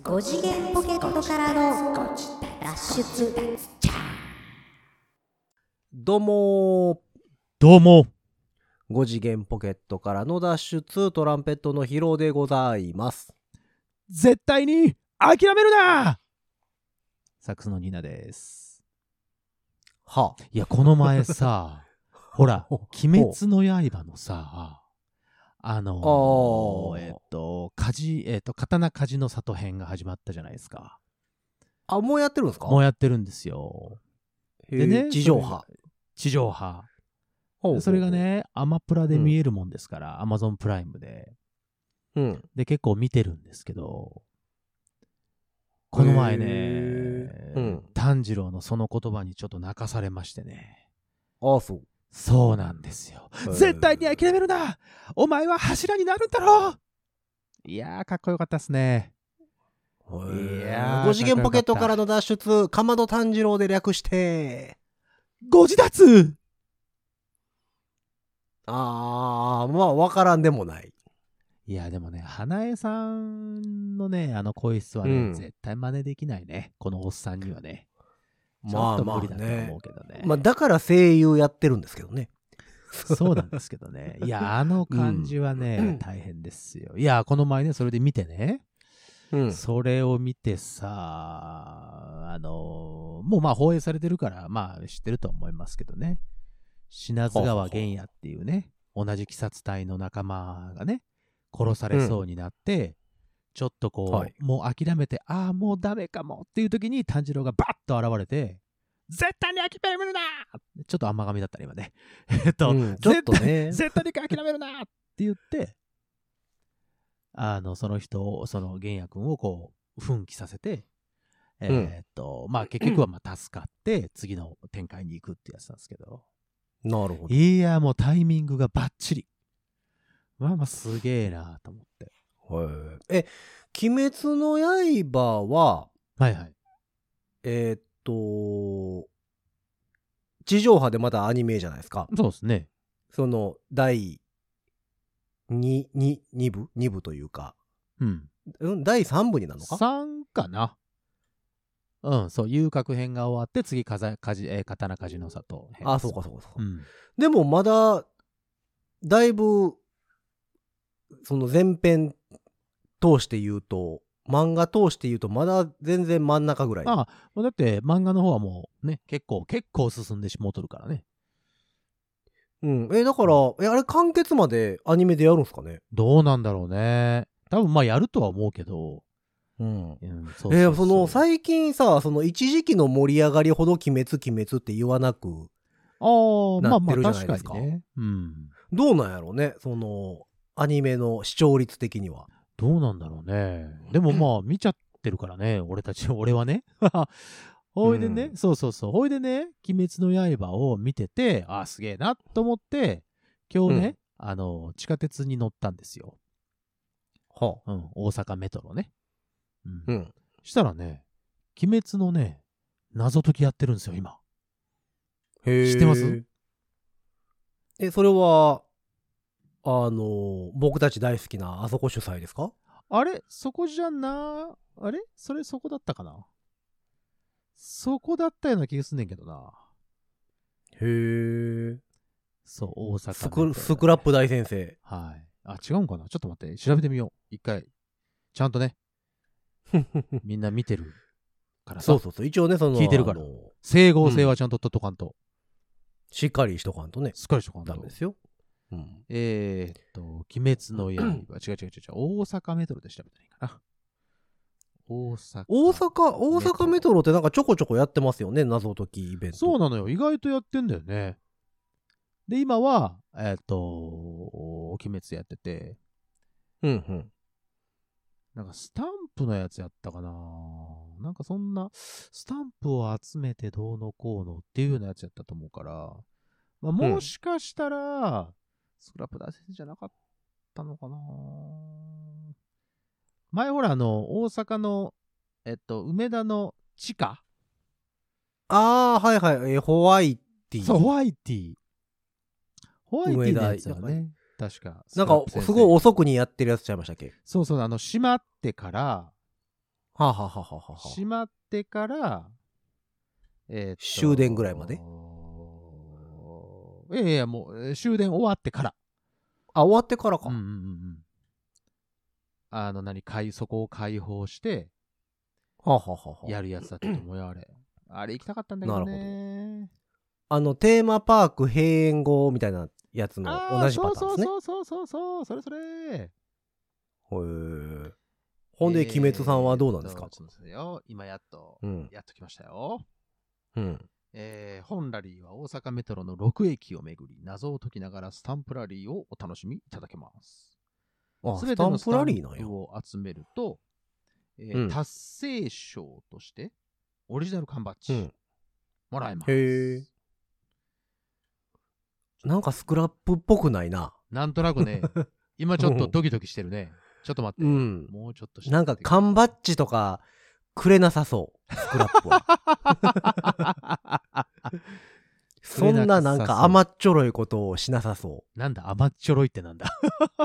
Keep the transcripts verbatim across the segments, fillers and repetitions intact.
ご次元ポケットからの脱出。 どうもどうもご次元ポケットからの脱出、トランペットのヒロでございます。 絶対に諦めるな。サックスのニーナです。 はあ、 いやこの前さほら鬼滅の刃のさあのー、えっと鍛冶えっと刀鍛冶の里編が始まったじゃないですか。 あ、もうやってるんですか？ もうやってるんですよ。 でね、地上波地上波ほうほうほう、 それがねアマプラで見えるもんですから、うん、アマゾンプライムで、 うん、 で結構見てるんですけど、この前ね、うん、炭治郎のその言葉にちょっと泣かされましてね。 ああ、そう。 そうなんですよ。絶対に諦めるな。お前は柱になるんだろう。いやーかっこよかったっすね。 いやーご次元ポケットからの脱出、かまど炭治郎で略してご自立。 あー、まあわからんでもない。 いやでもね、花江さんのねあの声質はね、うん、絶対真似できないね、このおっさんにはね。ちょっと無理だと思うけどね。 まあまあね、まあだから声優やってるんですけどね。 そうなんですけどね。いやあの感じはね、うん、大変ですよ。いやこの前ねそれで見てね、うん、それを見てさ、あのー、もうまあ放映されてるからまあ知ってると思いますけどね、品津川玄也っていうね同じ鬼殺隊の仲間がね殺されそうになって、うん、ちょっとこう、はい、もう諦めて、ああもうダメかもっていう時に炭治郎がバッと現れて、絶対に諦めるな、ちょっと甘噛みだったね今ねえっと、うん、ちょっとね絶対に諦めるなって言って、あのその人をその玄也君をこう奮起させて、うん、えー、っとまあ結局はまあ助かって次の展開に行くってやつなんですけど、 なるほど。 いやもうタイミングがバッチリ、まあまあすげえなと思って。 え、鬼滅の刃は、 はいはい。 えー、っと、地上波でまたアニメじゃないですか。 そうですね。 その、第2、2、2部 ?に 部というか。 うん。 うん、だいさん部になるのか ? さん かな。うん、そう、遊郭編が終わって、次、かざかじ、えー、刀鍛冶の里編。 あ、そうかそうかそうか。 うん、 でもまだ、だいぶ、その前編通して言うと、漫画通して言うとまだ全然真ん中ぐらい。 ああ、だって漫画の方はもうね、結構、結構進んでしもうとるからね。 うん。え、だから、え、あれ完結までアニメでやるんすかね？ どうなんだろうね。多分まあやるとは思うけど。 うん。うん、そうそうそう。えー、その最近さ、その一時期の盛り上がりほど鬼滅鬼滅って言わなくなってるじゃないですか。 ああ、まあまあ確かにね。うん。 どうなんやろうね、そのアニメの視聴率的には。 どうなんだろうね。でもまあ見ちゃってるからね、俺たち、俺はね。ほいでね、うん、そうそうそう。ほいでね、鬼滅の刃を見てて、ああ、すげえなと思って、今日ね、うん、あの、地下鉄に乗ったんですよ。 はあ、うん、大阪メトロね。うん。 うん、 したらね、鬼滅のね、謎解きやってるんですよ、今。 へえ。 知ってます？ え、それは、あの、僕たち大好きなあそこ主催ですか？ あれそこじゃな、あれそれそこだったかな、そこだったような気がすんねんけどな。 へえ。 そう、大阪、ね、 スク、スクラップ大先生。 はい。あ、違うんかな、ちょっと待って、調べてみよう。一回。ちゃんとね。みんな見てるからさ。 そうそうそう。一応ね、その。 聞いてるから。整合性はちゃんと取っとかんと、うん。 しっかりしとかんとね。 しっかりしとかんと。 ダメですよ。 うん、えーっと、鬼滅の刃。違う違う違う違う。大阪メトロで調べたらいいかな。大阪。 大阪、大阪メトロってなんかちょこちょこやってますよね、謎解きイベント。 そうなのよ。意外とやってんだよね。で、今は、えーっと、鬼滅やってて。 うんうん。 なんかスタンプのやつやったかな。なんかそんな、スタンプを集めてどうのこうのっていうようなやつやったと思うから、まあ、もしかしたら、うん、スクラップ大先生じゃなかったのかな。前ほらあの大阪のえっと梅田の地下、 ああはいはい、えホワイティ、 そうホワイティホワイティのやつだね、確か。 なんかすごい遅くにやってるやつちゃいましたっけ？ そうそう、あの閉まってからはあ、はあはあはあはあ、 閉まってから、えー、 終電ぐらいまで。 いやいや、もう終電終わってから。 あ、終わってからか。 うんうんうんうん。あの、何、かい、そこを開放して、 はあ、はあはあはあ、 やるやつだったと思うよ、あれ。あれ行きたかったんだけどね。 なるほど。あの、テーマパーク閉園後みたいなやつの同じパターンですね。 そうそうそうそう、それそれ。へー。ほんで、鬼滅さんはどうなんですか？ そうですよ。今やっと、 うん、 やっときましたよ。 うん。 えー、本ラリーは大阪メトロのろく駅を巡り、謎を解きながらスタンプラリーをお楽しみいただけます。すべてのスタンプを集めると、えーうん、達成賞としてオリジナル缶バッジ、うん、もらえます。へー。 なんかスクラップっぽくないな。 なんとなくね、今ちょっとドキドキしてるね。ちょっと待って。うん、もうちょっとして。 なんか缶バッジとかくれなさそう。スクラップは。そんななんか甘っちょろいことをしなさそう。 なんだ甘っちょろいってなんだ。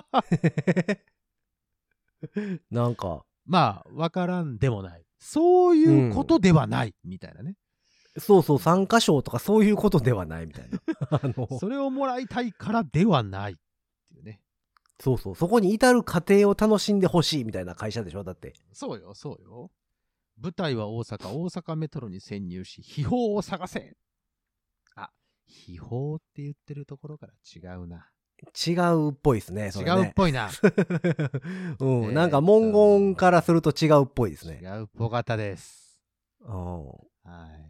なんか。 まあ、わからんでもない。そういうことではない、うん、みたいなね。 そうそう、参加賞とかそういうことではないみたいな。 あのそれをもらいたいからではないっていうね。 そうそう、そこに至る過程を楽しんでほしいみたいな会社でしょ、だって。 そうよ、そうよ。舞台は大阪、大阪メトロに潜入し、秘宝を探せ。あ、秘宝って言ってるところから違うな。 違うっぽいですね、それね。 違うっぽいな。 うん、えー、なんか文言からすると違うっぽいですね。 違うっぽかったです。はい。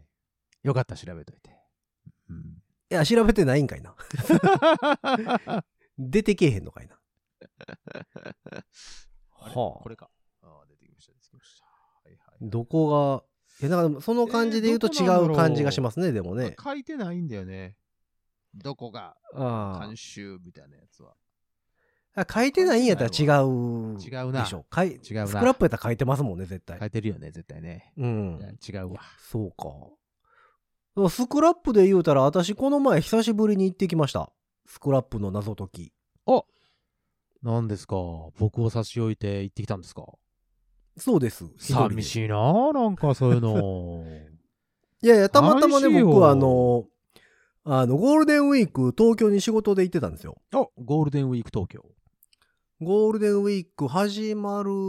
よかった、調べといて。 うん、いや、調べてないんかいな。出てけえへんのかいな。 はあ。これか。ああ、出てきました、出てきました。はいはい。 どこが、いや、だからその感じで言うと違う感じがしますね、でもね。 書いてないんだよね。どこが、監修みたいなやつは。 書いてないんやったら違う。 違うな。 でしょ。違うな。 スクラップやったら書いてますもんね、絶対。 書いてるよね、絶対ね。 うん。 違うわ。 そうか。スクラップで言うたら、私この前久しぶりに行ってきました。スクラップの謎解き。 あ、何ですか？僕を差し置いて行ってきたんですか？ そうです。 寂しいな、なんかそういうの。 いやいや、たまたまね、僕はあの、あの、ゴールデンウィーク、東京に仕事で行ってたんですよ。 あ、ゴールデンウィーク東京。 ゴールデンウィーク始まる、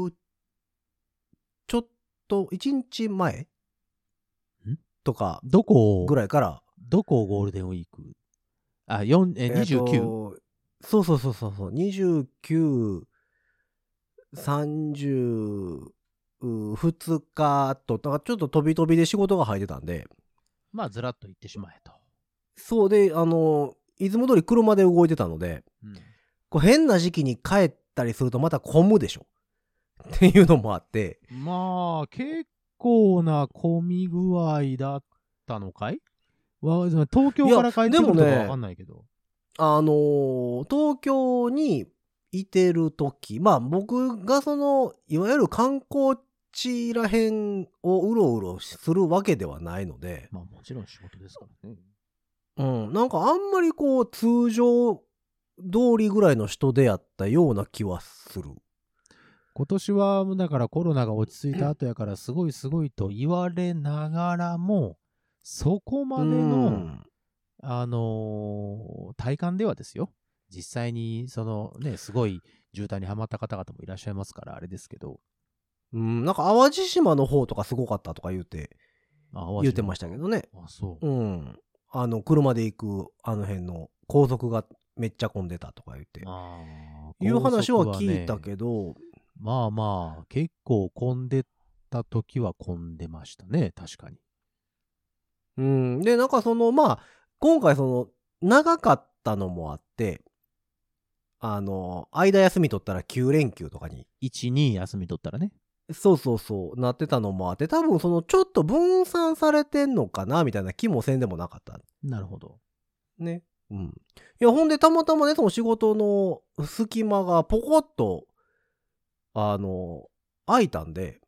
ちょっと、いちにちまえとか、 どこぐらいから。 どこゴールデンウィーク？あ、よん、え、にじゅうきゅう？、えー、 そうそうそうそう、にじゅうきゅう、さんじゅう、ふつかと、ちょっと飛び飛びで仕事が入ってたんで。 まあ、ずらっと行ってしまえと。 そうで、あの、いつも通り車で動いてたので、うん、こう変な時期に帰ったりするとまた混むでしょっていうのもあって。 まあ、結構な混み具合だったのかい？東京から帰ってくるとかわかんないけど。ね、 あのー、東京にいてるとき、まあ僕がその、いわゆる観光地らへんをうろうろするわけではないので。 まあもちろん仕事ですからね。 うん、なんかあんまりこう通常通りぐらいの人でやったような気はする。 今年はだからコロナが落ち着いた後やからすごいすごいと言われながらも、そこまでの、あのー、体感ではですよ。実際にそのね、すごい渋滞にはまった方々もいらっしゃいますからあれですけど。 うん、なんか淡路島の方とかすごかったとか言うて、言うてましたけどね。 あ、そう。 うん。あの、車で行くあの辺の高速がめっちゃ混んでたとか言って。あいう話は聞いたけど、ね、 まあまあ、結構混んでた時は混んでましたね、確かに。 うん。で、なんかその、まあ、今回その、長かったのもあって、あの、間休み取ったらきゅうれんきゅうとかに。 いち、に休み取ったらね。 そうそうそう、なってたのもあって、多分その、ちょっと分散されてんのかな、みたいな気もせんでもなかった。 なるほど。 ね。うん。いや、ほんで、たまたまね、その仕事の隙間がポコッと、あの、空いたんで、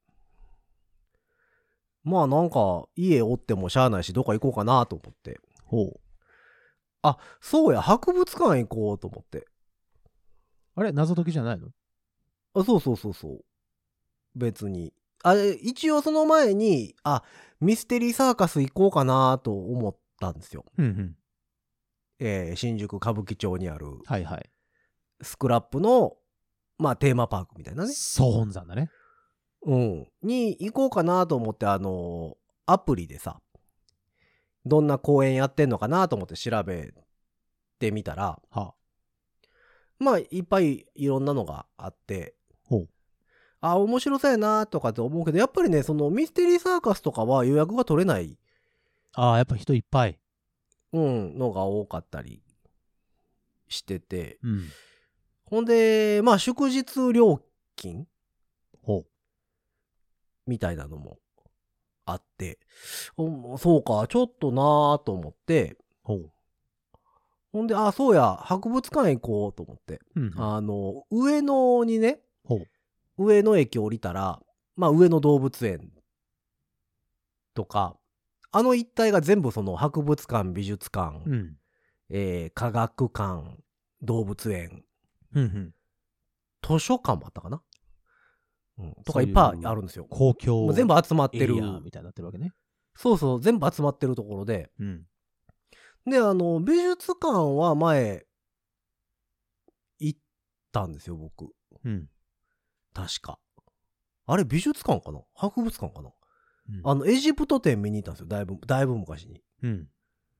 まあなんか、家おってもしゃあないし、どっか行こうかなと思って。 ほう。 あ、そうや、博物館行こうと思って。 あれ謎解きじゃないの？ あ、そうそうそうそう。別に。 あ一応その前に、あ、ミステリーサーカス行こうかなと思ったんですよ。 うんうん。 えー、新宿歌舞伎町にある、 はいはい。 スクラップの、まあテーマパークみたいなね。 総本山だね。 うん。に行こうかなと思って、あのー、アプリでさ、どんな公演やってんのかなと思って調べてみたら、 はあ、 まあいっぱいいろんなのがあって、 ほう。 あ、面白そうやなとかって思うけど、やっぱりね、そのミステリーサーカスとかは予約が取れない、 ああ、やっぱ人いっぱい。 うん、のが多かったりしてて、 うん。 ほんで、まあ祝日料金ほう。 みたいなのもあって、おそうか、ちょっとなぁと思って、 ほう。 ほんで、あ、そうや、博物館行こうと思って、 うんうん、 あの、上野にね、 ほう。 上野駅降りたら、まあ上野動物園とか、あの一帯が全部その博物館、美術館、 うん。 えー科学館、動物園、 うんうん。 図書館もあったかな、うん、とかそういういっぱいあるんですよ。 公共もう全部集まってるエリアみたいになってるわけね。 そうそう、全部集まってるところで。 うん。 で、あの、美術館は前、行ったんですよ、僕。 うん。 確か。あれ、美術館かな博物館かな、 うん、 あの、エジプト展見に行ったんですよ、だいぶ、だいぶ昔に。 うん。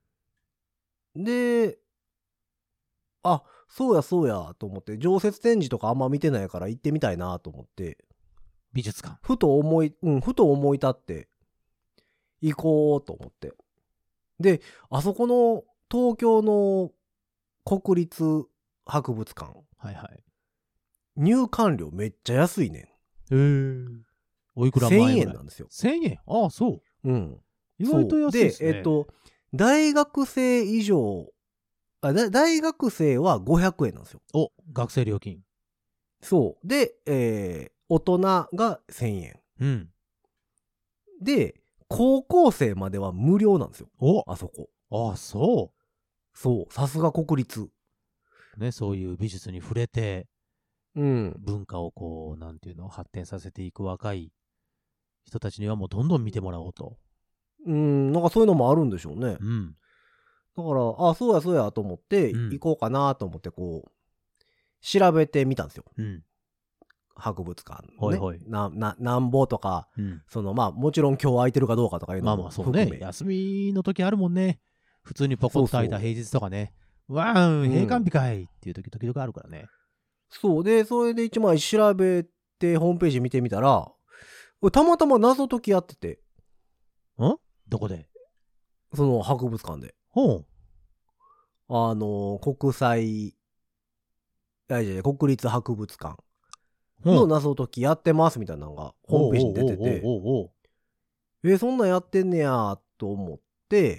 で、あ、そうやそうやと思って、常設展示とかあんま見てないから行ってみたいなと思って、 美術館。 ふと思い、うん、ふと思い立って、行こうと思って。で、あそこの東京の国立博物館。 はいはい。 入館料めっちゃ安いねん。 へえ。おいくらせん前ぐらい？ えんなんですよ。 せんえん？ああ、そう。 うん。 意外と安いですね。 で、えっと、大学生以上、あ、大学生はごひゃくえんなんですよ。 お、学生料金。 そう。で、えー、大人がせんえん。 うん。 で、高校生までは無料なんですよ。 お、 あそこ。 ああ、そそう。さすが国立。 う。ね、そういう美術に触れて、 うん。 文化をこう、なんていうの、発展させていく若い人たちにはもうどんどん見てもらおうと。 うん、なんかそういうのもあるんでしょうね。 うん。 だから、あ、そうやそうやと思って、 うん行こうかなと思って、こう、調べてみたんですよ。 うん。 博物館、ね。 はいはい。 な、な、なんぼとか、 うん。 その、まあ、もちろん今日空いてるかどうかとかいうのもまあまあそう含め。 ね。休みの時あるもんね。普通にポコッと空いた平日とかね。わーん、閉館日かいっていう時時々あるからね。 そうで、それで一枚調べて、ホームページ見てみたら、たまたま謎解きやってて。 んどこで？ その博物館で。 ほう。 あの、国際、いやいや国立博物館の謎解きやってますみたいなのがホームページに出てて、え、そんなんやってんねやと思って、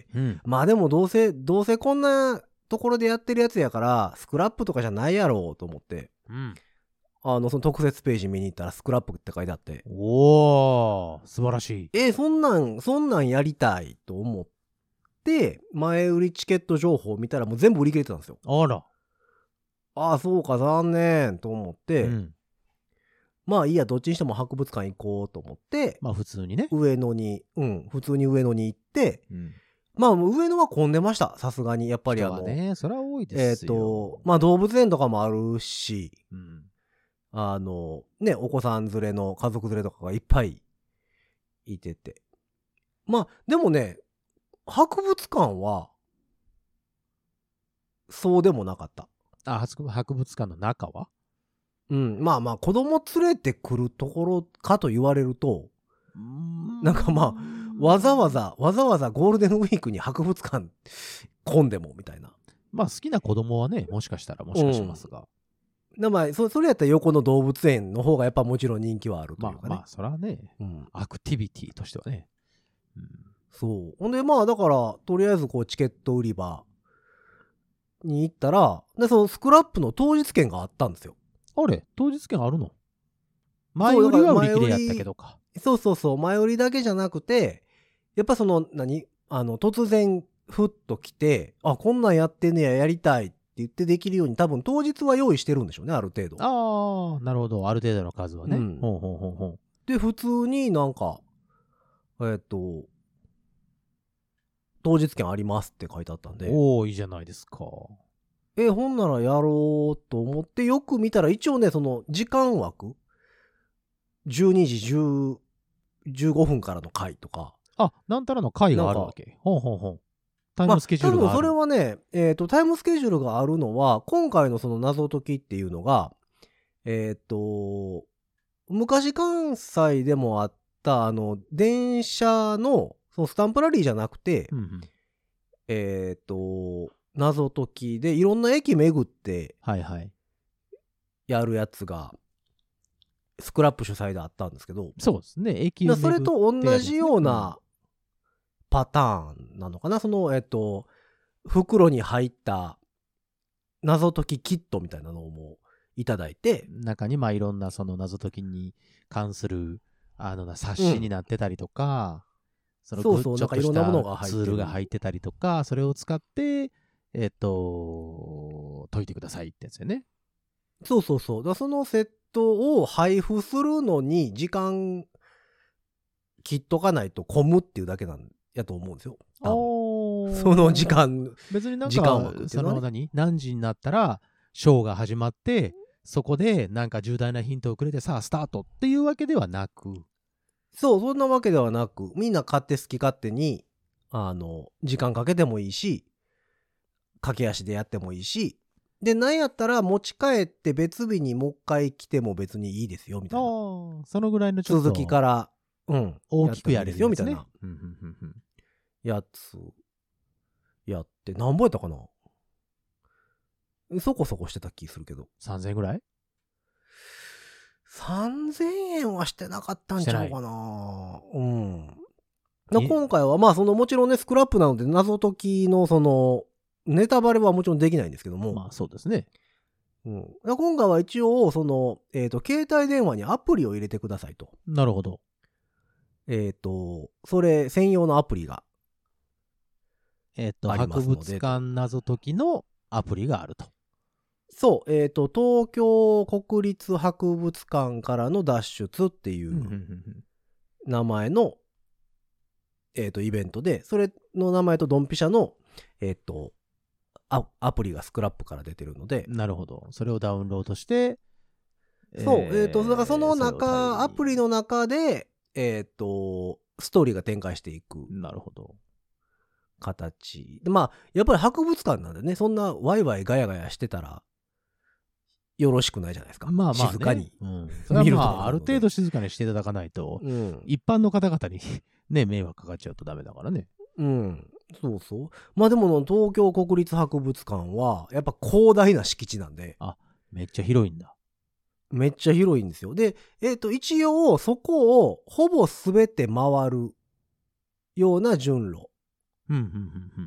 うん、 まあでもどうせ、どうせこんなところでやってるやつやから、スクラップとかじゃないやろうと思って、 うん、 あの、その特設ページ見に行ったらスクラップって書いてあって、 おー、素晴らしい。 え、そんなん、そんなんやりたいと思って、前売りチケット情報を見たらもう全部売り切れてたんですよ。 あら。 ああ、そうか、残念と思って、 うん、 まあいいや、どっちにしても博物館行こうと思って、 まあ普通にね。 上野に、うん、普通に上野に行って、 うん、 まあ上野は混んでました、さすがに。やっぱりあの、 ね、それは多いえっ、 ですよ。 と、まあ動物園とかもあるし、 うん、 あの、ね、お子さん連れの家族連れとかがいっぱいいてて。まあでもね、博物館は、そうでもなかった。 あ、博物館の中は？ うん、まあまあ子供連れてくるところかと言われると、なんかまあ、わざわざ、わざわざゴールデンウィークに博物館混んでもみたいな。 まあ好きな子供はね、もしかしたらもしかしますが。 うん、まあ、そ, それやったら横の動物園の方がやっぱもちろん人気はあるというかね。 まあまあ、それはね、うん、アクティビティとしてはね。 うん、そう。ほんでまあだから、とりあえずこうチケット売り場に行ったら、で、そのスクラップの当日券があったんですよ。 あれ当日券あるの？前売りは売り切れやったけどか。 そうそうそう、前売りだけじゃなくて、やっぱその、何あの、突然、ふっと来て、あ、こんなんやってんねや、やりたいって言ってできるように、多分当日は用意してるんでしょうね、ある程度。 ああ、なるほど。ある程度の数はね。 うん、 ほうほうほうほう。 で、普通になんか、えっと、当日券ありますって書いてあったんで。 おー、いいじゃないですか。 え、ほんならやろうと思って、よく見たら一応ね、その時間枠、じゅうにじじゅう、じゅうごふんからの回とか。 あ、なんたらの回があるわけ。ほんほんほん。タイムスケジュールがある。 まあ、多分それはね、えっと、タイムスケジュールがあるのは、今回のその謎解きっていうのが、えっと、昔関西でもあった、あの、電車の、そのスタンプラリーじゃなくて、 うんうん、 えっと、謎解きでいろんな駅巡ってはいはい。 やるやつが、スクラップ主催であったんですけど、 そうですね。駅を巡ってそれと同じよううんなパターンなのかな。その、えっと、袋に入った謎解きキットみたいなのをもういただいて、 中にまあいろんなその謎解きに関するあのな冊子になってたりとか、そのそうそうちょっとしなんかいろんなものがた入ってるツールが入ってたりとか、それを使ってえっと解いてくださいってやつよね。 そうそうそう。だからそのセットを配布するのに時間切っとかないと混むっていうだけなんやと思うんですよ。多分その時間、 別になんか時間枠っていうのはねその何何時になったらショーが始まって、そこでなんか重大なヒントをくれてさあスタートっていうわけではなく、 そう、そんなわけではなく、みんな勝手好き勝手に、あの、時間かけてもいいし、駆け足でやってもいいし、で、なんやったら持ち帰って別日にもう一回来ても別にいいですよ、みたいな。 ああそのぐらいのちょっと続きから、うん。 大きくやれるよ、みたいなやつね。うんうんうんうんやつ、やって、何ぼやったかなそこそこしてた気するけど。 さんぜんえんぐらいさんぜんえんはしてなかったんちゃうかな。うん。 い今回は、まあ、その、もちろんね、スクラップなので、謎解きの、その、ネタバレはもちろんできないんですけども。 まあそうですね。 うん。今回は一応、その、えっと、携帯電話にアプリを入れてくださいと。 なるほど。 えっと、それ専用のアプリが。 えっと、 ありますので博物館謎解きのアプリがあると。 そう、えっと、東京国立博物館からの脱出っていう名前の、えっと、イベントで、それの名前とドンピシャの、えっと、アアプリがスクラップから出てるので。 なるほど。それをダウンロードして、 そう、えっと、だからそのそれを中、 対アプリの中で、えっと、ストーリーが展開していくなるほど。 形。で、まあ、やっぱり博物館なんでね、そんなワイワイガヤガヤしてたら、よろしくないじゃないですか。 まあまあ、ね、 静かに。 うん。それはまあ、ある程度静かにしていただかないと、 うん、 一般の方々にね、迷惑かかっちゃうとダメだからね。 うん。そうそう。まあでも、東京国立博物館は、やっぱ広大な敷地なんで。 あ、めっちゃ広いんだ。 めっちゃ広いんですよ。で、えっと、一応、そこをほぼ全て回るような順路。 うん、うん、うん、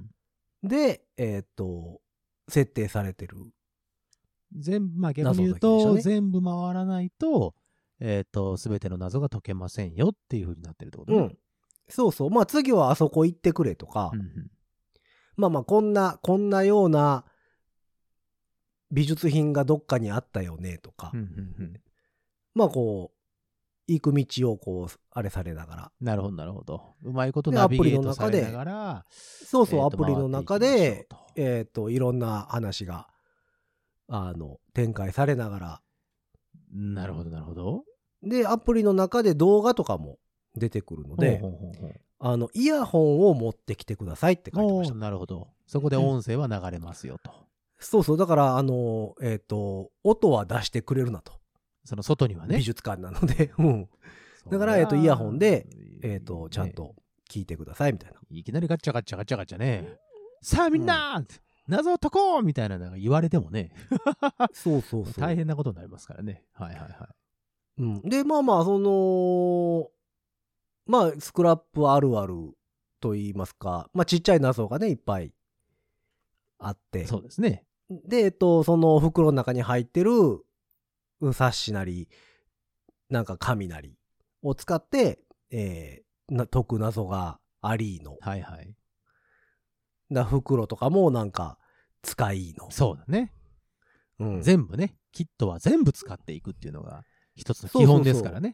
うん。で、えっと、設定されてる。 全部、まあ逆に言うと、ね、全部回らないと、えっと、全ての謎が解けませんよっていう風になってるってことね。 うん。そうそう。まあ次はあそこ行ってくれとか、 うんうん、 まあまあこんな、こんなような美術品がどっかにあったよねとか、 うんうんうん、 まあこう、行く道をこう、あれされながら。 なるほど、なるほど。うまいことナビゲートされながら、 そうそう、アプリの中で、えっと、いろんな話が、あの、展開されながら。 なるほど、なるほど。 で、アプリの中で動画とかも出てくるので、ほうほうほうほう、あの、イヤホンを持ってきてくださいって書いてました。 なるほど。そこで音声は流れますよと。 そうそう、だから、あの、えっと、音は出してくれるなと。 その外にはね。 美術館なので、うん。だから、えっと、イヤホンで、えっと、ちゃんと聞いてくださいみたいな。 いきなりガチャガチャガチャガチャね。さあみんな、うん、謎を解こうみたいなのが言われてもね。 そうそうそう。 大変なことになりますからね。はいはいはい。 うん。で、まあまあ、その、まあ、スクラップあるあると言いますか、まあ、ちっちゃい謎がね、いっぱいあって。 そうですね。 で、えっと、その袋の中に入ってる冊子なり、なんか紙なりを使って、えー、な解く謎がありの。 はいはい。 だ袋とかもなんか使いの。 そうだね。 うん。 全部ね、キットは全部使っていくっていうのが一つの基本ですからね。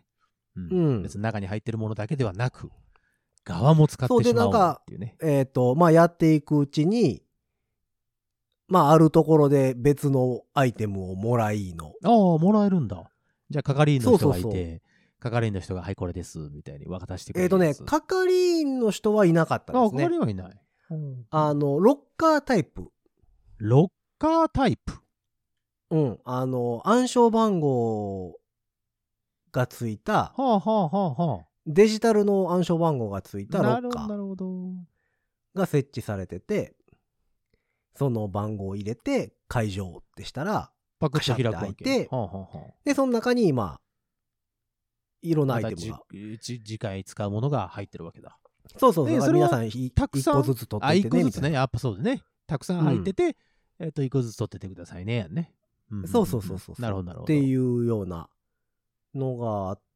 うんうん。 別に中に入ってるものだけではなく、側も使ってしまおうっていうね。 えっ、と、まあ、やっていくうちに、まあ、あるところで別のアイテムをもらいの。 ああ、もらえるんだ。じゃあ、係員の人がいて、 そうそうそう係員の人が、はい、これです、みたいに渡してくれえっ、とね、 るやつ。 係員の人はいなかったああ、 ですね。 係員はいない。うんあの、ロッカータイプ。 ロッカータイプ。 うん。あの、暗証番号がついた、 はあはあはあはデジタルの暗証番号がついあ。 たロなるほど、 ッカーなるほど。 が設置されてて、その番号を入れて解除ってしたら、 パクッと開くわけ。 カシャって開いてはあはあはあ、 で、その中に今、いろんなアイテムが。 じ次回使うものが入ってるわけだ。 そうそうそう。 でそれは皆さんいたくさん一個ずつ取っあ、 ていってね。 一個ずつね。 みたいなやっぱそうでね。たくさん入ってて、うん、えっ、と、一個ずつ取ってってくださいね。やんね。 うんうんうん、そうそうそうそう。 なるほど、なるほど。 っていうようなのがあって、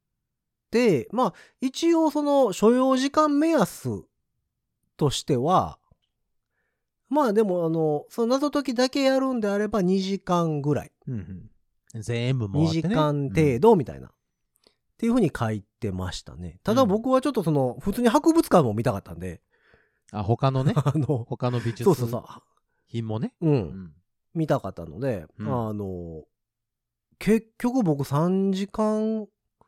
まあ、一応その所要時間目安としては、まあでも、あの、その謎解きだけやるんであればにじかんぐらい。 うんうん、全部回って、ね、 にじかん程度みたいな。うん、っていうふうに書いてましたね。ただ僕はちょっとその、普通に博物館も見たかったんで。 あ、他のね。 あの、 他の美術そうそうそう。 品もね。 うん。うん、 見たかったので、 うん、 あの、結局僕さんじかん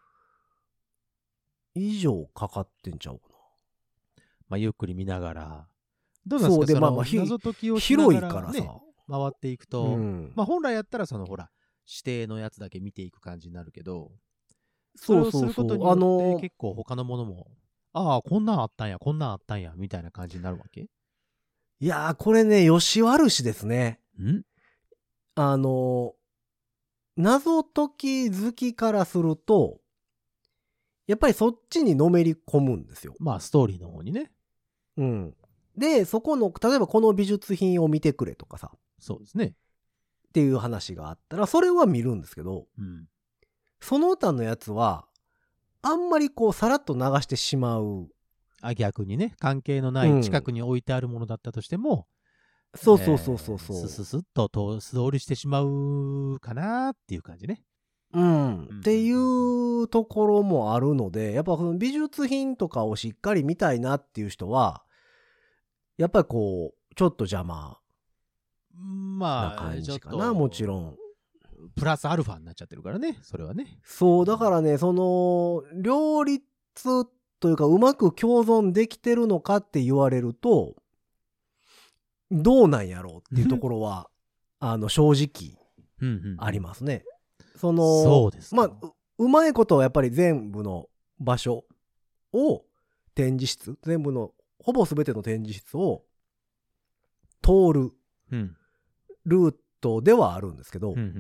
以上かかってんちゃうかな。 まあ、ゆっくり見ながら。どうなんですか。 そうで、まあまあ、 謎解きをしながら、ね、 広いからさ。 回っていくと、うん、まあ本来やったらそのほら、指定のやつだけ見ていく感じになるけど、 そうそうそう。 それをすることによって、あのー、結構他のものも、ああ、こんなんあったんや、こんなんあったんや、みたいな感じになるわけ？ いやー、これね、よし悪しですね。 んあのー、謎解き好きからすると、やっぱりそっちにのめり込むんですよ。 まあ、ストーリーの方にね。 うん。で、そこの、例えばこの美術品を見てくれとかさ。 そうですね。 っていう話があったら、それは見るんですけど、 うん、 その他のやつは、あんまりこう、さらっと流してしまう。 あ、逆にね、関係のない近くに置いてあるものだったとしても、 うん、そうそうそうそうそう、 えー、スススッと素通りしてしまうかなっていう感じね。 うん、っていうところもあるので、やっぱその美術品とかをしっかり見たいなっていう人は、やっぱりこう、ちょっと邪魔な感じかな、まあ、もちろん。 プラスアルファになっちゃってるからね、それはね。 そう、だからね、その、両立というか、うまく共存できてるのかって言われると、どうなんやろうっていうところは、あの、正直、ありますね。その、 そうですか。 まあ、うまいことはやっぱり全部の場所を展示室、全部の、ほぼ全ての展示室を通るルートではあるんですけど、 うんうんうんうん、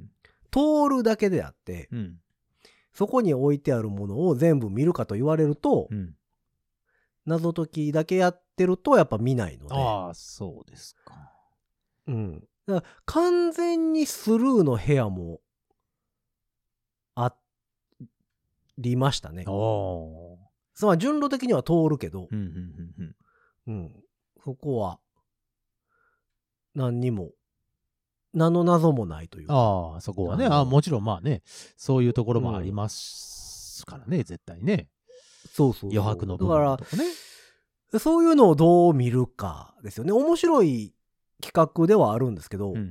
通るだけであって、うん、そこに置いてあるものを全部見るかと言われると、うん、謎解きだけやってるとやっぱ見ないので。 ああ、そうですか。 うん。だから完全にスルーの部屋もありましたね。 おー。 その順路的には通るけど、 うんうんうんうん、そこは何にも何の謎もないというか。 ああ、そこはね、ああ、もちろんまあね、そういうところもありますからね、うん、絶対ね。 そうそうそう。 余白の部分とかね。 だからそういうのをどう見るかですよね。面白い企画ではあるんですけど、うんうんうん、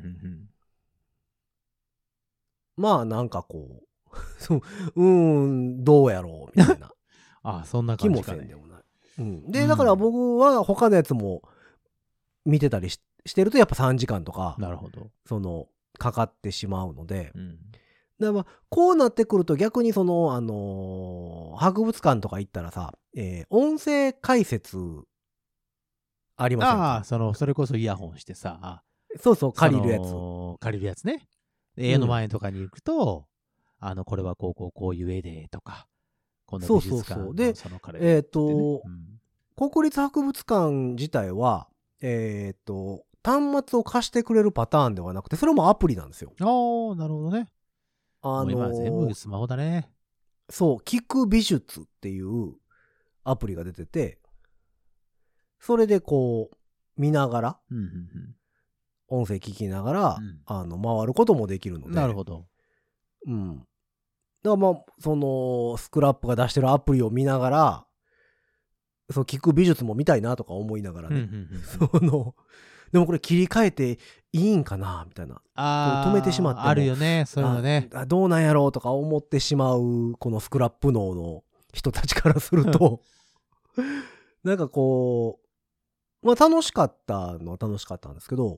まあなんかこううーんどうやろうみたいなああ、そんな感じかね。 気もせんでもない。うん、で、だから僕は他のやつも見てたり し, してるとやっぱさんじかんとか、 なるほど、 そのかかってしまうので、うん、だからこうなってくると逆にそのあのー、博物館とか行ったらさ、えー、音声解説ありませんか？ ああ、そのそれこそイヤホンしてさ、 そうそう借りるやつ、 借りるやつね。絵の前とかに行くと、うん、あのこれはこうこうこういう絵でとか。 そうそうそう。で、えっと、うん、国立博物館自体は、えっと、端末を貸してくれるパターンではなくて、それもアプリなんですよ。 ああ、なるほどね。あのー、今全部スマホだね。 そう、聞く美術っていうアプリが出てて、それでこう、見ながら、うんうんうん、音声聞きながら、うん、あの、回ることもできるので。 なるほど。 うん。 だからまあ、その、スクラップが出してるアプリを見ながら、その聞く美術も見たいなとか思いながらね。その、でもこれ切り替えていいんかなみたいな。 あ止めてしまっても。 あるよね、そういうのね。 あどうなんやろうとか思ってしまう、このスクラップ脳の人たちからすると、なんかこう、まあ楽しかったのは楽しかったんですけど、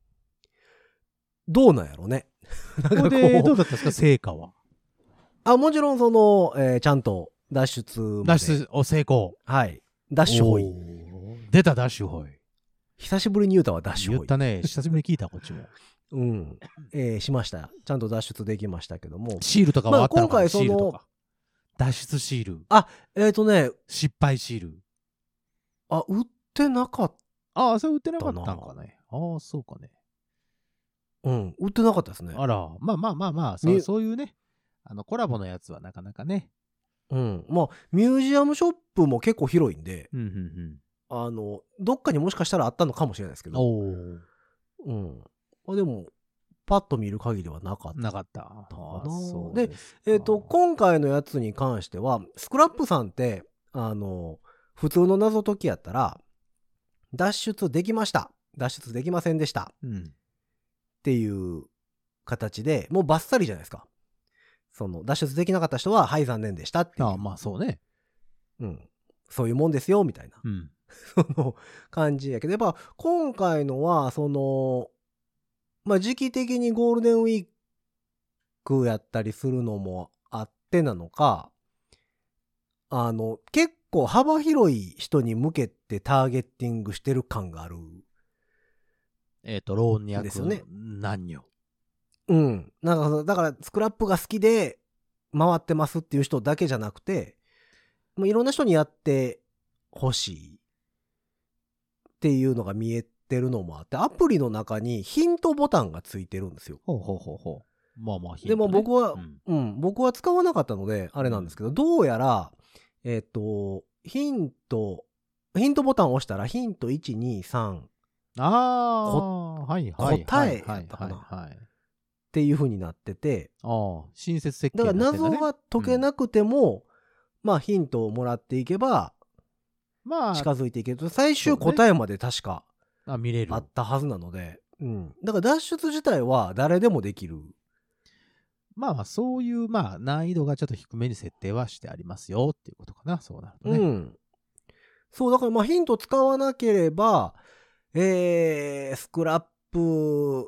どうなんやろうね。 ここでどうだったんですか、成果は。 あ、もちろんその、えー、ちゃんと脱出まで。 脱出を成功。 はい。ダッシュホイ。 出たダッシュホイ。 久しぶりに言うたわ、ダッシュホイ。 言ったね。久しぶりに聞いた、こっちも。 うん。えー、しました。ちゃんと脱出できましたけども。 シールとかはあったのかな、 まあ、今回その、 シールとか。脱出シール。 あ、えっとね。 失敗シール。 あ、売ってなかった。 ああ、それ売ってなかったんかね。ああ、そうかね。 うん、売ってなかったですね。 あら、まあまあまあまあ、そ, そういうね、あのコラボのやつはなかなかね。 うん。まあ、ミュージアムショップも結構広いんで、 うんうんうん、 あの、どっかにもしかしたらあったのかもしれないですけど。 おうん。あでも、パッと見る限りはなかった。 なかった。 あそうで、えっ、ー、と、今回のやつに関しては、スクラップさんって、あの、普通の謎解きやったら、脱出できました。脱出できませんでした。うん、っていう形で、もうバッサリじゃないですか。その、脱出できなかった人は、はい、残念でしたっていう。 ああ、まあそうね。 うん。そういうもんですよ、みたいな。うん、その感じやけど、やっぱ今回のは、その、まあ時期的にゴールデンウィークやったりするのもあってなのか、あの、結構幅広い人に向けてターゲッティングしてる感がある。 えっと、老若ですよね。 男女。 うん。なんか、だから、スクラップが好きで回ってますっていう人だけじゃなくて、もういろんな人にやってほしいっていうのが見えてるのもあって、アプリの中にヒントボタンがついてるんですよ。 ほうほうほうほう。まあまあ、ヒントね。でも僕は、うん、うん、僕は使わなかったので、あれなんですけど、うん、どうやら、えっと、ヒント、ヒントボタンを押したら、ヒントいち、に、さん、 ああ、はいはい。 答えやったかな。はいはいはい。っていう風になってて、 ああ、親切設計だから謎が解けなくても、うん、まあヒントをもらっていけば、まあ近づいていける。最終答えまで確かあ見れるあったはずなので、うん。だから脱出自体は誰でもできる。 まあそういうまあ難易度がちょっと低めに設定はしてありますよっていうことかな。そうなるとね。 うん。そうだからまあヒント使わなければ、えー、スクラップ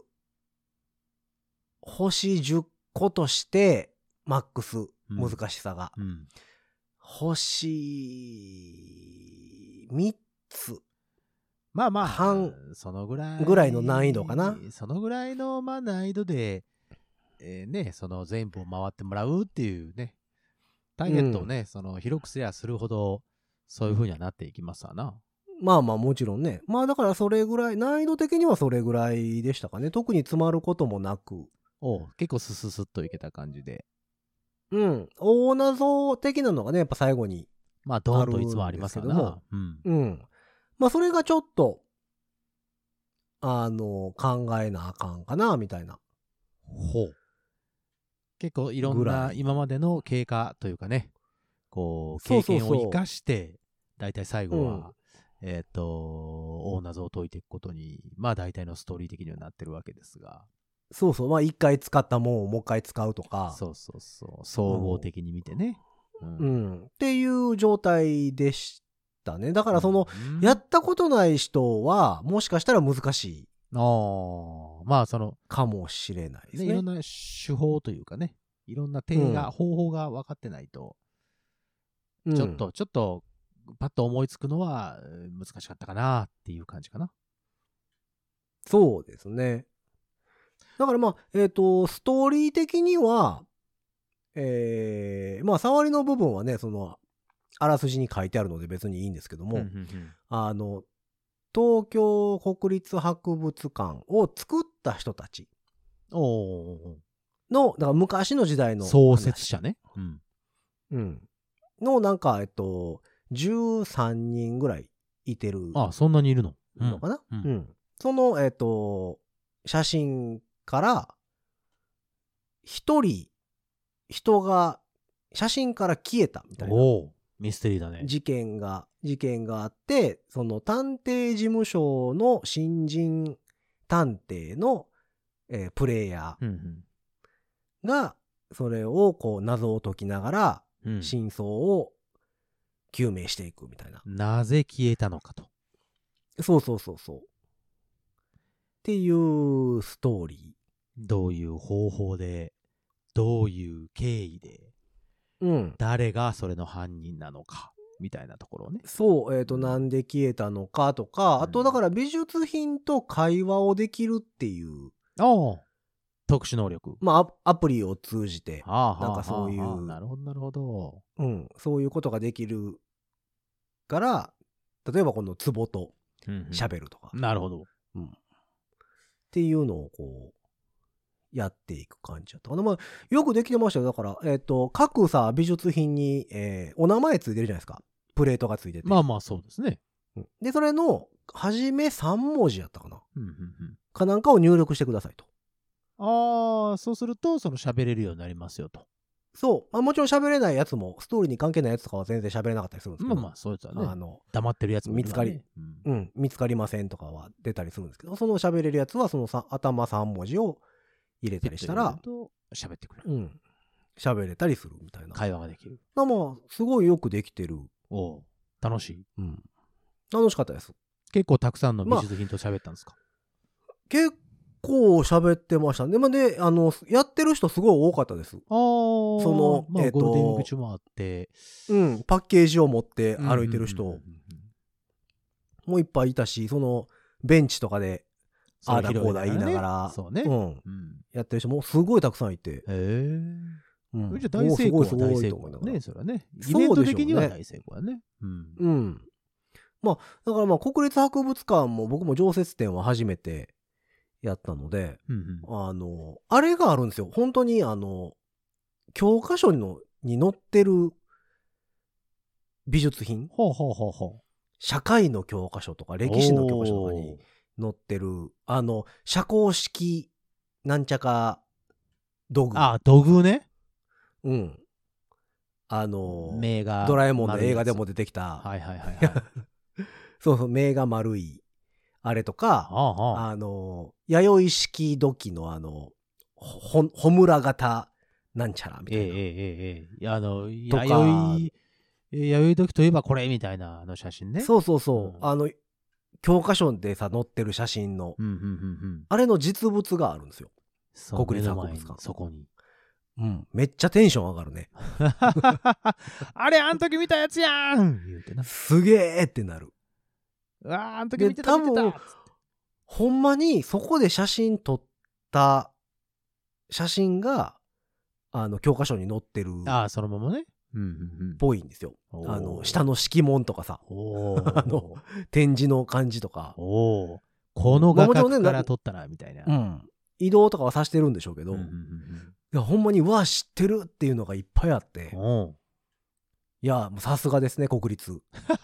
星じゅっことして、マックス、難しさが。うんうん、星みっつ。 まあまあ、 半そのぐらい。 ぐらいの難易度かな。 そのぐらいのまあ難易度で、えー、ね、その全部を回ってもらうっていうね、ターゲットをね、うん、その広くすりゃするほど、そういう風にはなっていきますわな。 まあまあもちろんね。まあだからそれぐらい、難易度的にはそれぐらいでしたかね。特に詰まることもなく。 お結構スススッといけた感じで。 うん。大謎的なのがね、やっぱ最後に。 まあドーンといつもありますけども。 うん。うん。まあそれがちょっと、あの、考えなあかんかな、みたいな。 ほう。結構いろんな今までの経過というかね、こう、経験を生かして、だいたい最後は、うん、えっと、大謎を解いていくことに、まあ大体のストーリー的にはなってるわけですが。 そうそう。まあ一回使ったもんをもう一回使うとか。 そうそうそう。総合的に見てね。 うん。うん、っていう状態でしたね。だからその、うん、やったことない人は、もしかしたら難しい。 ああ、まあその、 かもしれないですね。 いろんな手法というかね、いろんな手が、うん、方法が分かってないと、ちょっと、うん、ちょっと、パッと思いつくのは難しかったかなっていう感じかな。 そうですね。だからまあ、えっと、ストーリー的には、えー、まあ、触りの部分はね、その、あらすじに書いてあるので別にいいんですけども、うんうんうん、あの、東京国立博物館を作った人たちの、だから昔の時代の創設者ね。 うん。うん。の、なんか、えっと、じゅうさんにんぐらいいてる。 ああ、そんなにいるののかな、うんうん、うん。その、えっと、写真から、一人、人が写真から消えたみたいなおお、ミステリーだね。 事件が、事件があって、その探偵事務所の新人探偵の、えープレイヤうんーが、それをこう謎を解きながら、 うんうん真相を究明していくみたいな。 なぜ消えたのかと。 そうそうそうそう。っていうストーリどういう方法で、どういう経緯で、 ー。うん。 誰がそれの犯人なのか、みたいなところをね。 そう、えっ、と、なんで消えたのかとか、あとだから美術品と会話をできるっていう、 ああ、特殊能力。 まあア、アプリを通じて、 はあはあなんかそういうはあはあなるほど、なるほど。 うん、そういうことができるから、例えばこのツボと喋るとか、 なるほど。 うん、っていうのをこう、やっていく感じだったかな。まあ、よくできてましたよ。だから、えっ、と、各さ、美術品に、えーお名前ついてるじゃないですか。プレートがついてて。 まあまあ、そうですね。 うんで、それの、はじめさん文字やったかな。 うんうんうんかなんかを入力してくださいと。 ああ、そうすると、その喋れるようになりますよと。 そう。まあ、もちろん喋れないやつも、ストーリーに関係ないやつとかは全然喋れなかったりするんですけど。 まあまあ、そうですよね。 あの、 黙ってるやつもいるわね見つかうんうん、見つかりませんとかは出たりするんですけど、その喋れるやつはそのさ頭さん文字を入れたりしたら、 と喋ってくれる。 うん、喋れたりするみたいな。 会話ができる。 まあまあ、すごいよくできてる。 おう楽しい。 うん。楽しかったです。 結構たくさんの美術品と喋ったんですか、 結構喋ってましたね。まあ、で、あの、やってる人すごい多かったです。 ああ、 そのまあ、 えーとゴールデンウィーク中もあって、 うん、パッケージを持って歩いてる人うんうんうんうんもいっぱいいたし、その、ベンチとかで、ああだこうだ言いながら、 そうね。 うん、 うんやってる人もすごいたくさんいて、 へえ。 うん、 じゃあ大成功はおーすごい大成すごいと思いながら功だね、それはね。 そうでしょうねイベント的には大成功だね。うん。 うん。まあ、だからまあ、国立博物館も僕も常設展は初めてやったので、 うんうんあの、あれがあるんですよ。本当にあの、教科書のに載ってる美術品、 ほうほうほうほ社会の教科書とかう。 歴史の教科書とかにおー載ってる、あの、社交式なんちゃか道具。 あ、土偶ね。 うん。あの、 名画。 ドラえもんの映画でも出てきた、 はいはいはいはい。 そうそう、名が丸い、あれとか、 あああああの、弥生式土器のあの、ほ、ほむら型なんちゃらみたいな。 ええええええ。いやあの、 とか弥生、え弥生時といえばこれみたいなあの写真ね。 そうそうそう。 うんあの、教科書でさ、載ってる写真の、 うんうんうんうん。 あれの実物があるんですよ。 そう国立目の前に博物館そこに。 うん。めっちゃテンション上がるね。 あれ、あん時見たやつやん言うてな。 すげーってなる。 うわーあん時見てたで見てた多分ほんまにそこで写真撮った写真が、あの、教科書に載ってるっああ、そのままね。うんうんうん。 ぽいんですよ。 おーあの、下の敷物とかさ、 おーあの展示の感じとか。 おーこの画まあもちろんね角から撮ったらみたいな。 うん。移動とかはさしてるんでしょうけど、いうんうんうんやほんまに、うわ、知ってるっていうのがいっぱいあってうん。、おういや、もうさすがですね、国立。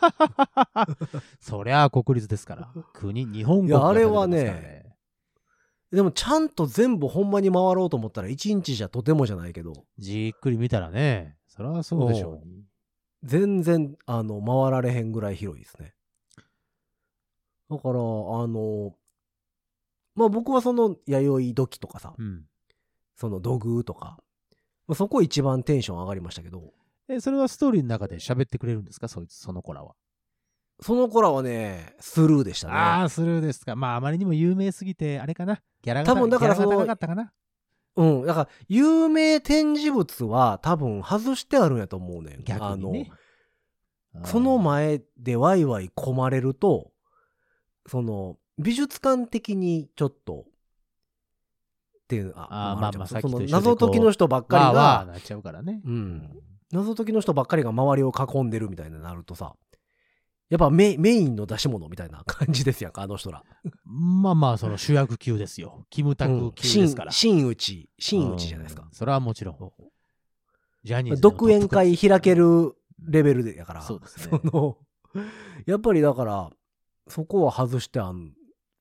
そりゃあ国立ですから。国、日本国いやあれはねが建ててますからね。 でもちゃんと全部ほんまに回ろうと思ったら一日じゃとてもじゃないけど、 じっくり見たらね、そりゃそうでしょうに。 全然、あの、回られへんぐらい広いですね。だから、あの、まあ僕はその弥生土器とかさ、 うん。 その土偶とか、まあ、そこ一番テンション上がりましたけど、 え、それはストーリーの中で喋ってくれるんですかそいつ、その子らは。 その子らはね、スルーでしたね。 ああ、スルーですか。まあ、あまりにも有名すぎて、あれかな。ギャラが多分だからそのギャラが高かったかな。 うん。だから、有名展示物は多分外してあるんやと思うねん。 逆にね。 あの、その前でワイワイ込まれると、その、美術館的にちょっと、っていう、 あーるまあまあさっきそのと一緒でこう謎解きの人ばっかりわーわーが、 なっちゃうからね。 うん。謎解きの人ばっかりが周りを囲んでるみたいになるとさ、やっぱメメインの出し物みたいな感じですやんか、あの人ら。 まあまあ、その主役級ですよ。キムタク級ですから。 真打ち、真打ちじゃないですかうん。それはもちろん。ジャニーズの独演会開けるレベルでやから、 そうですねそのやっぱりだからそこは外してあん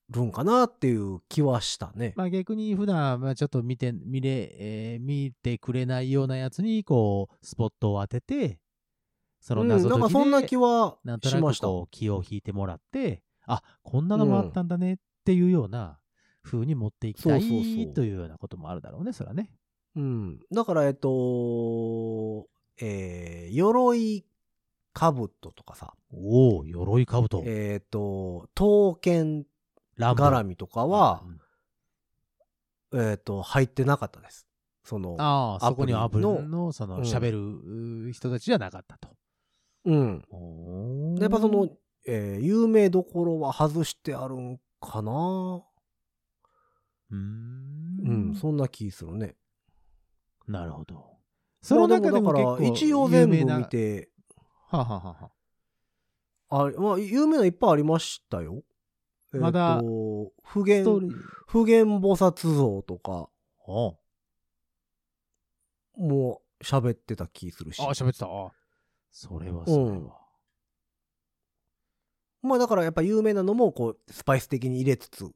るんかなっていう気はしたね。 まあ逆に普段、まあちょっと見て、見れ、えー見てくれないようなやつに、こう、スポットを当てて、そのうん、 謎解きなんかそんなで、 気はなんとしました。 なくこう、気を引いてもらって、あ、こんなのもあったんだねっていうような風に持っていきたそうそうそういというようなこともあるだろうね、それはね。 うん。だから、えっと、えー、鎧兜とかさ、 おお、鎧兜。 えっと、刀剣ランボ絡みとかはう、んえっと、入ってなかったです。その、 ああ、そこにはアプリの、 の、その、 うん喋るうー人たちじゃなかったと。 うん。 おーやっぱその、えー有名どころは外してあるんかな。 うーうん、 ん。 そんな気するね。 なるほど。その中でも結構まあでもだから、一応有全部名な見て、 はあ、はあはあはあ、 あ、まあ、有名ないっぱいありましたよ。 まだえっと、普賢、 ストーリー。 普賢菩薩像とかおうも喋ってた気するし。 あ、喋ってた。あそれはそれは。 まあだからやっぱ有名なのも、こう、スパイス的に入れつつ。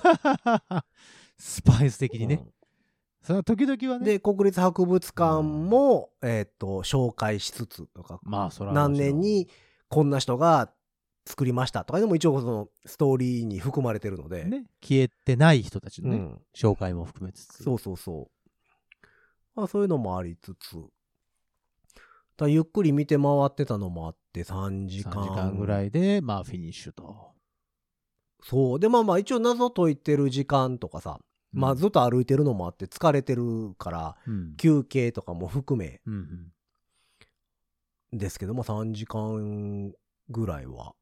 スパイス的にね。 うんそれは時々はね。 で、国立博物館も、えっと、紹介しつつとか、 まあ、それは何もちろん年にこんな人が作りましたとかでも一応そのストーリーに含まれてるので。 ね、消えてない人たちのね、 うん。 紹介も含めつつ。 そうそうそう。まあそういうのもありつつ、だゆっくり見て回ってたのもあってさんじかん。 さんじかんぐらいで、まあ、フィニッシュと。 そう。で、まあまあ一応謎解いてる時間とかさ、まあずっと歩いてるのもあって疲れてるから、 うん、 休憩とかも含めうんうん、 ですけども、さんじかんぐらいは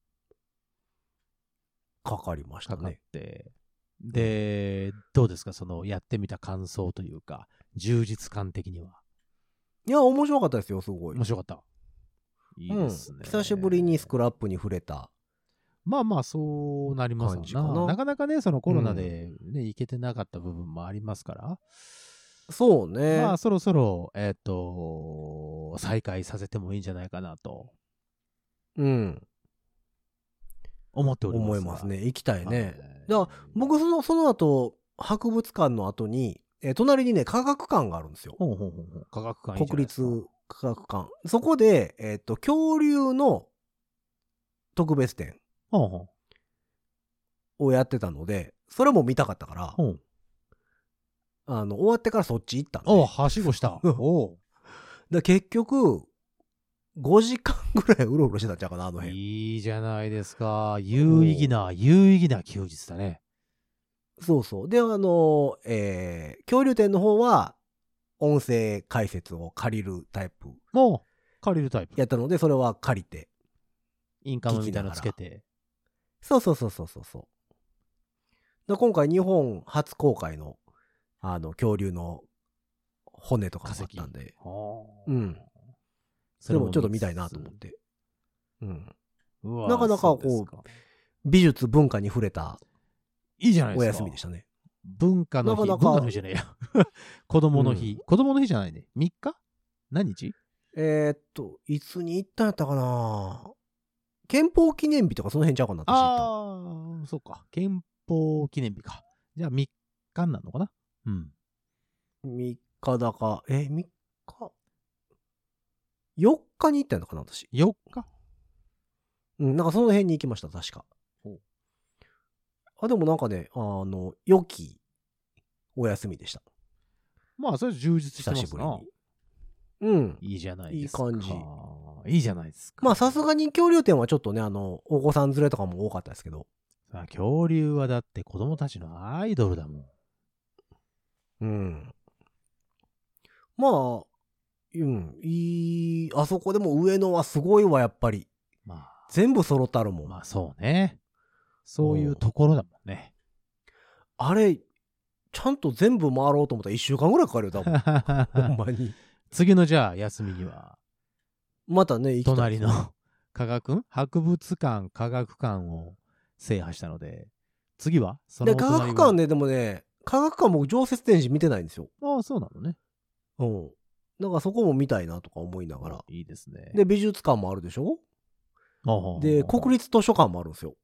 かかりましたかかっね。 て。で、どうですかその、やってみた感想というか、充実感的には。 いや、面白かったですよ、すごい。 面白かった。いいですね、 うん。久しぶりにスクラップに触れた。 まあまあ、そうなります感じかな。 ななかなかね、そのコロナでね、行けてなかった部分もありますから。 そうね。 まあ、そろそろ、えっと、再開させてもいいんじゃないかなとうん。 思っておりますが。 思いますね。行きたいね。 はいだから、僕、その、その後、博物館の後に、えー隣にね、科学館があるんですよ。 ほうほうほうほう科学館いいじゃな国いですか。 立科学館。そこで、えっと、恐竜の特別展ほうほうをやってたので、それも見たかったから、 ほうあの、終わってからそっち行ったんで。 おうはしごした。おうだ結局、ごじかんぐらいうろうろしてたんちゃうかな、あの辺。 いいじゃないですか。有意義な、有意義な休日だね。 そうそう。で、あの、えー、恐竜展の方は、音声解説を借りるタイプもう、借りるタイプ。 やったので、それは借りて。 インカムみたいなのつけて。 そうそうそうそうそうそう。で今回日本初公開の、あの、恐竜の骨とかもあったんで。 ううん。それもちょっと見たいなと思って。うん。 うわなかなかこうそうですか美術文化に触れたいいじゃないですか。 お休みでしたね。 文化の日。 なかなか文化の日じゃねえや。子供の日、 うん子供の日じゃないね。みっか何日えー、っと、いつに行ったんやったかな憲法記念日とかその辺ちゃうかな、私行ったの。 ああ、そうか。憲法記念日か。じゃあみっかなのかなうん。 みっかだか、え、みっか ?よっかに行ったんだかな、私。 よっかうん、なんかその辺に行きました、確か。あ、でもなんかね、あの、良きお休みでした。 まあ、それ充実して久ますな。 しぶりに。うん。 いいじゃないですか。 いい感じ。 いいじゃないですか。 まあさすがに恐竜展はちょっとね、あの、お子さん連れとかも多かったですけど。 さあ恐竜はだって子供たちのアイドルだもん。 うん。まあ、うん、いい、あそこでも上野はすごいわ、やっぱり。 まあ、 全部揃ったるもん。 まあそうね。そういうところだもんね。 あれ、ちゃんと全部回ろうと思ったらいっしゅうかんぐらいかかるよ、多分。ほんまに。 次のじゃあ休みには、 またね、行きたい隣の科学ん博物館、科学館を制覇したので、次はそので、科隣は学館ね、でもね、科学館僕常設展示見てないんですよ。 ああ、そうなのね。 うん。だからそこも見たいなとか思いながら。 いいですね。 で、美術館もあるでしょほうほうほうほうで、国立図書館もあるんですよ。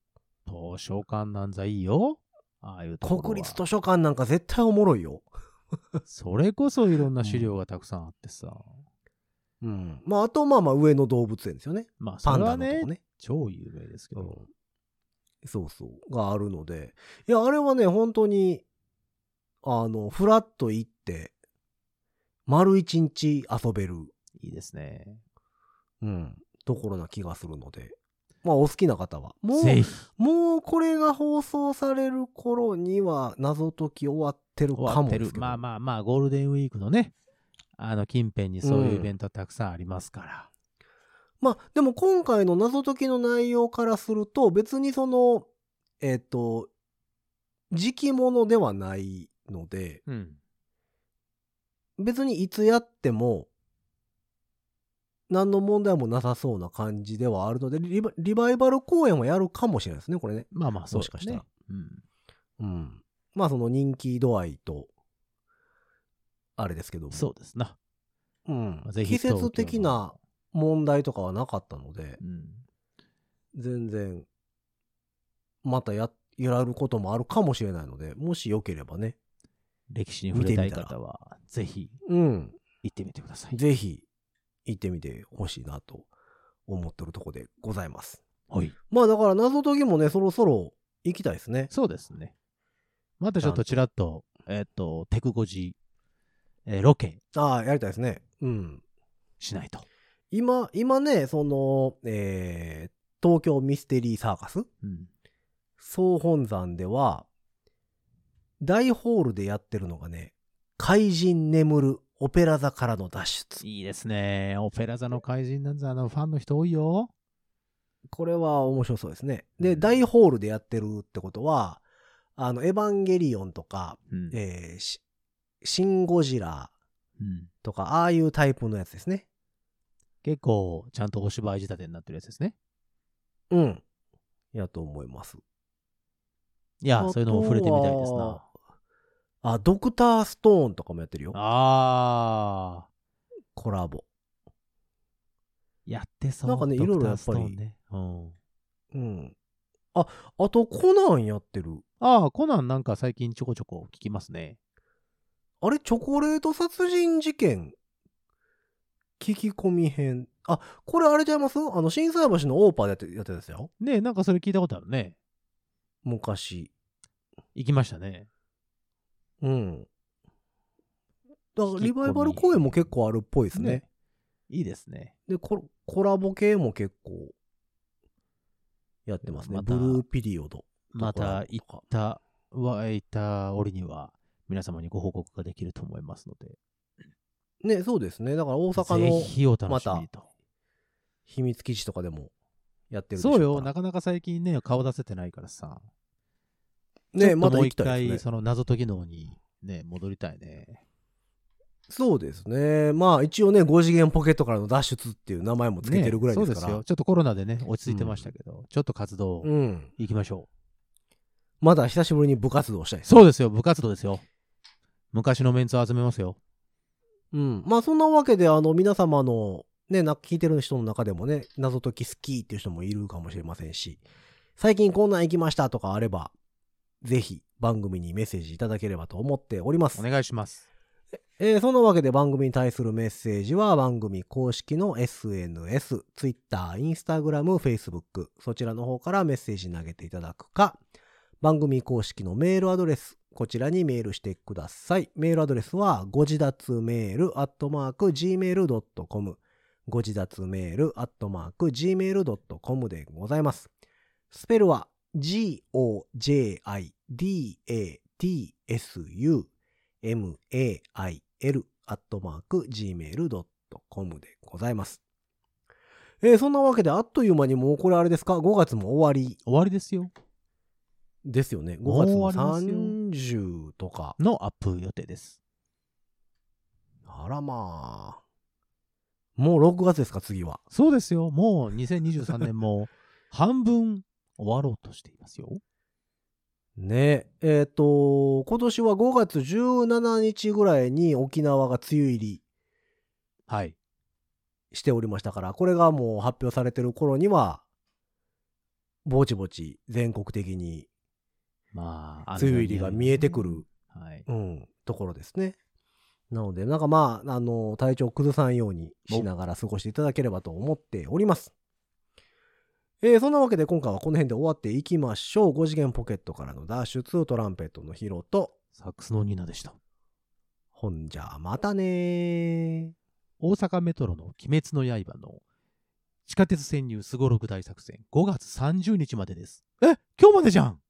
図書館なんざいいよ。ああいうところは。 国立図書館なんか絶対おもろいよ。 それこそいろんな資料がたくさんあってさ。 うん。まあ、あと、まあまあ、上野動物園ですよね。 まあ、 パンそれはね、 ダのとこね。 超有名ですけど。 うん。そうそう。があるので。いや、あれはね、本当に、あの、フラッと行って、丸一日遊べる。 いいですね。 うん。ところな気がするので。まあ、お好きな方は。もう、 ぜひ。 もうこれが放送される頃には、謎解き終わってるかもですけど。 まあまあまあ、ゴールデンウィークのね、あの、近辺にそういうイベントたくさんありますから。 うん、まあ、でも今回の謎解きの内容からすると、別にその、えっと、時期物ではないので、 うん、 別にいつやっても、何の問題もなさそうな感じではあるので、リバ、リバイバル公演はやるかもしれないですね、これね。 まあまあ、そう、ね、 もしかしたら。 うん。 うん。まあ、その人気度合いと、あれですけども。 そうですな。 うん。 まあ、ぜひ季節的な問題とかはなかったので、 うん、 全然、またや、やることもあるかもしれないので、もしよければね。 歴史に触れたい方は、ぜひ、 うん。 行ってみてください。 ぜひ、行ってみてほしいなと思ってるところでございます。 はい。 まあだから謎解きもね、そろそろ行きたいですね。 そうですね。またちょっとちらっと、えっと、テクゴジ、えー、ロケ。 ああ、やりたいですね。うん。 しないと。 今、今ね、その、えー、東京ミステリーサーカス、うん、総本山では、大ホールでやってるのがね、怪人眠るオペラ座からの脱出。 いいですね。オペラ座の怪人なんざ、あの、ファンの人多いよ。 これは面白そうですね。で、大ホールでやってるってことは、あの、エヴァンゲリオンとか、うん、えー、シン・ゴジラとか、うん、ああいうタイプのやつですね。 結構、ちゃんとお芝居仕立てになってるやつですね。 うん。やと思います。 いや、そういうのも触れてみたいですな。 あ、ドクターストーンとかもやってるよ。 ああ。 コラボ。 やってそう。 なんかね、いろいろやっぱり。 ね、うん。 うん。あ、あとコナンやってる。 ああ、コナンなんか最近ちょこちょこ聞きますね。 あれ、チョコレート殺人事件聞き込み編。あ、これあれちゃいます？あの、心斎橋のオーパーでやって、やってたんですよ。 ねえ、なんかそれ聞いたことあるね。 昔。 行きましたね。 うん。だからリバイバル公演も結構あるっぽいですね。ね、 いいですね。 でコ、コラボ系も結構やってますね。ブルーピリオド。 また行ったは行った折には皆様にご報告ができると思いますので。 ね、そうですね。だから大阪のぜひお楽しみと。 秘密基地とかでもやってるでしょうから。 そうよ。なかなか最近ね、顔出せてないからさ。 ね、またもう一回、その謎解き能にね、戻りたいね。 そうですね。まあ一応ね、ご次元ポケットからの脱出っていう名前もつけてるぐらいですから。 ね、そうですよ。ちょっとコロナでね、落ち着いてましたけど、うん、ちょっと活動行きましょう、うん。 まだ久しぶりに部活動したいです、 ね。そうですよ、部活動ですよ。昔のメンツを集めますよ。 うん。まあそんなわけで、あの、皆様のね、な聞いてる人の中でもね、謎解き好きっていう人もいるかもしれませんし、最近こんなん行きましたとかあれば、ぜひ番組にメッセージいただければと思っております。 お願いします。 えー、そんなわけで番組に対するメッセージは番組公式の エスエヌエス、Twitter、Instagram、Facebook、そちらの方からメッセージ投げていただくか、番組公式のメールアドレス、こちらにメールしてください。メールアドレスはご自立メールアットマーク ジーメールドットコム ご自立メールアットマーク ジーメールドットコム でございます。スペルは ジーオージェーアイディーエーティーエスユーエムエーアイエル アットマーク ジーメールドットコム でございます。えー、そんなわけであっという間にもうこれあれですか、ごがつも終わり。 終わりですよ。 ですよね。ごがつのさんじゅうとかのアップ予定です。 あらまあ。もうろくがつですか、次は。 そうですよ。もうにせんにじゅうさんねんも半分終わろうとしていますよ。 ねえ。えっと、今年はごがつじゅうしちにちぐらいに沖縄が梅雨入り。 はい。 しておりましたから、これがもう発表されてる頃には、 ぼちぼち全国的にまあ、 梅雨入りが見えてくる、 はい、 うん、ところですね。なので、なんかまあ、あの、体調崩さんようにしながら過ごしていただければと思っております。えー、そんなわけで今回はこの辺で終わっていきましょう。ご次元ポケットからの脱出、トランペットのヒロと、 サックスのニナでした。 ほんじゃ、またねー。 大阪メトロの鬼滅の刃の地下鉄潜入すごろく大作戦ごがつさんじゅうにちまでです。え、今日までじゃん。